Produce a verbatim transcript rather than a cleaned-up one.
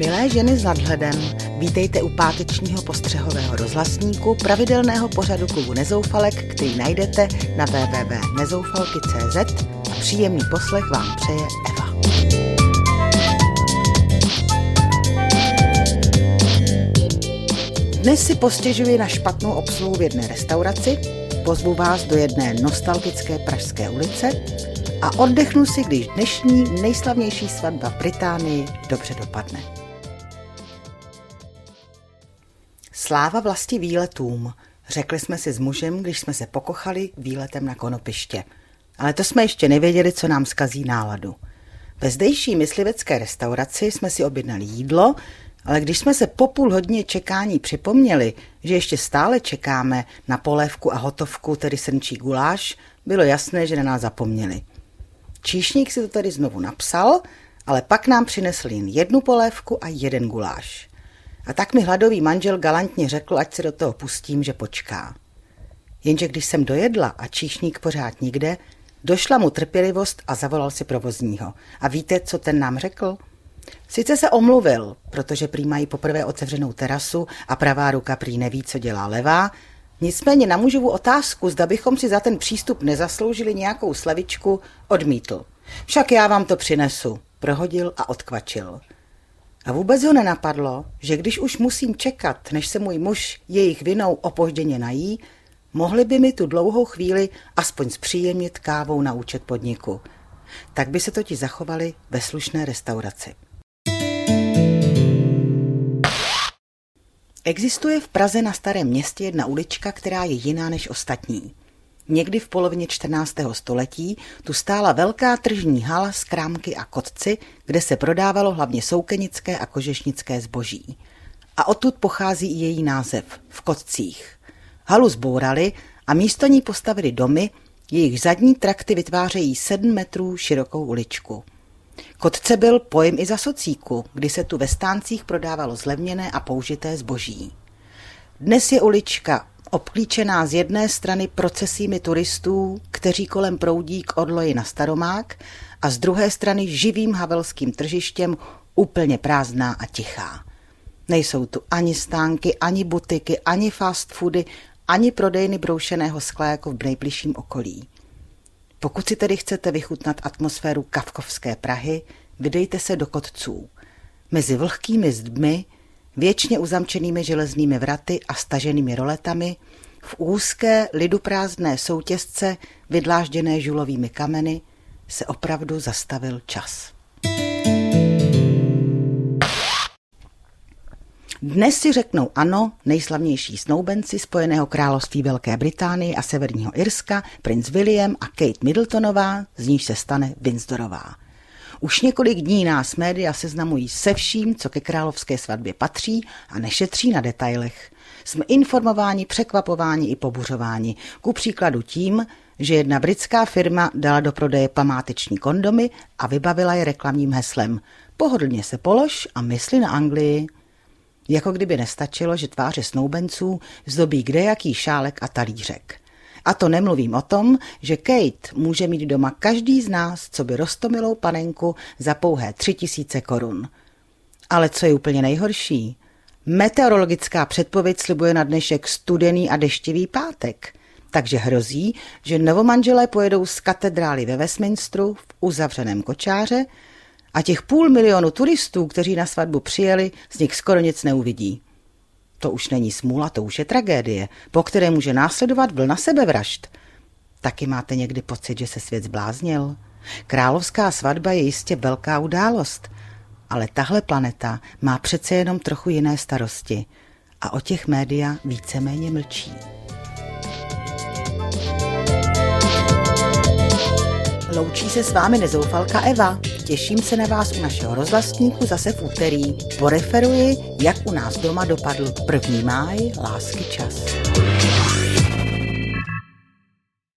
Milé ženy s nadhledem, vítejte u pátečního postřehového rozhlasníku pravidelného pořadu klubu Nezoufalek, který najdete na w w w tečka nezoufalky tečka c z a příjemný poslech vám přeje Eva. Dnes si postěžuji na špatnou obsluhu v jedné restauraci, pozvu vás do jedné nostalgické pražské ulice a oddechnu si, když dnešní nejslavnější svatba v Británii dobře dopadne. Sláva vlasti výletům, řekli jsme si s mužem, když jsme se pokochali výletem na konopiště. Ale to jsme ještě nevěděli, co nám zkazí náladu. Ve zdejší myslivecké restauraci jsme si objednali jídlo, ale když jsme se po půl hodině čekání připomněli, že ještě stále čekáme na polévku a hotovku, tedy srnčí guláš, bylo jasné, že na nás zapomněli. Číšník si to tedy znovu napsal, ale pak nám přinesl jen jednu polévku a jeden guláš. A tak mi hladový manžel galantně řekl, ať se do toho pustím, že počká. Jenže když jsem dojedla a číšník pořád nikde, došla mu trpělivost a zavolal si provozního. A víte, co ten nám řekl? Sice se omluvil, protože prý mají poprvé otevřenou terasu a pravá ruka prý neví, co dělá levá, nicméně na mužovu otázku, zda bychom si za ten přístup nezasloužili nějakou slevičku, odmítl. Však já vám to přinesu, prohodil a odkvačil. A vůbec ho nenapadlo, že když už musím čekat, než se můj muž jejich vinou opožděně nají, mohli by mi tu dlouhou chvíli aspoň zpříjemnit kávou na účet podniku. Tak by se totiž zachovali ve slušné restauraci. Existuje v Praze na Starém Městě jedna ulička, která je jiná než ostatní. Někdy v polovině čtrnáctého století tu stála velká tržní hala s krámky a kotci, kde se prodávalo hlavně soukenické a kožešnické zboží. A odtud pochází i její název – v Kotcích. Halu zbourali a místo ní postavili domy, jejich zadní trakty vytvářejí sedm metrů širokou uličku. Kotce byl pojem i za socíku, kdy se tu ve stáncích prodávalo zlevněné a použité zboží. Dnes je ulička obklíčená z jedné strany procesími turistů, kteří kolem proudí k odloji na Staromák, a z druhé strany živým havelským tržištěm úplně prázdná a tichá. Nejsou tu ani stánky, ani butiky, ani fast foody, ani prodejny broušeného skla jako v nejbližším okolí. Pokud si tedy chcete vychutnat atmosféru kafkovské Prahy, vydejte se do Kotců. Mezi vlhkými zdmi, věčně uzamčenými železnými vraty a staženými roletami, v úzké liduprázdné soutěsce vydlážděné žulovými kameny, se opravdu zastavil čas. Dnes si řeknou ano nejslavnější snoubenci Spojeného království Velké Británie a Severního Irska, princ William a Kate Middletonová, z níž se stane Windsorová. Už několik dní nás média seznamují se vším, co ke královské svatbě patří a nešetří na detailech. Jsme informováni, překvapováni i pobuřováni. Ku příkladu tím, že jedna britská firma dala do prodeje památeční kondomy a vybavila je reklamním heslem Pohodlně se polož a mysli na Anglii. Jako kdyby nestačilo, že tváře snoubenců zdobí kdejaký šálek a talířek. A to nemluvím o tom, že Kate může mít doma každý z nás, co by roztomilou panenku za pouhé tři tisíce korun. Ale co je úplně nejhorší? Meteorologická předpověď slibuje na dnešek studený a deštivý pátek. Takže hrozí, že novomanželé pojedou z katedrály ve Westminsteru v uzavřeném kočáře a těch půl milionu turistů, kteří na svatbu přijeli, z nich skoro nic neuvidí. To už není smůla, to už je tragédie, po které může následovat vlna sebevražd. Taky máte někdy pocit, že se svět zbláznil? Královská svatba je jistě velká událost, ale tahle planeta má přece jenom trochu jiné starosti a o těch média víceméně mlčí. Loučí se s vámi nezoufalka Eva. Těším se na vás u našeho rozhlasníku zase v úterý. Poreferuji, jak u nás doma dopadl první máj, lásky čas.